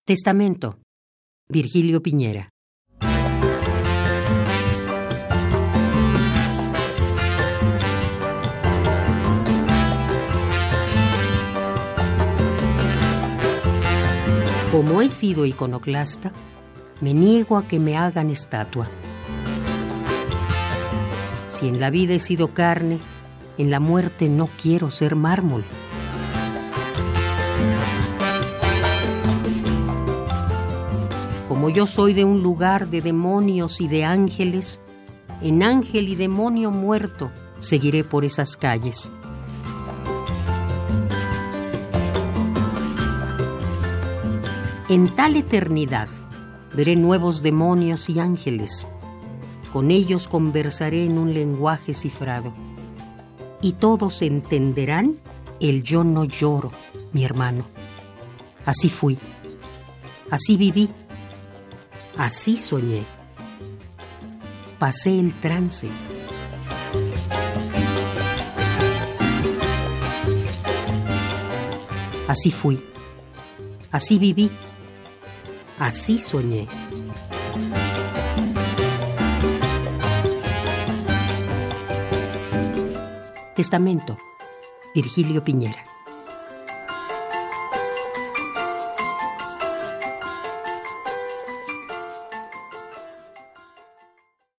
Testamento. Virgilio Piñera. Como he sido iconoclasta, me niego a que me hagan estatua. Si en la vida he sido carne, en la muerte no quiero ser mármol. Como yo soy de un lugar de demonios y de ángeles, en ángel y demonio muerto seguiré por esas calles. En tal eternidad veré nuevos demonios y ángeles. Con ellos conversaré en un lenguaje cifrado. Y todos entenderán el yo no lloro, mi hermano. Así fui, así viví, así soñé. Pasé el trance. Así fui, así viví, así soñé. Testamento. Virgilio Piñera.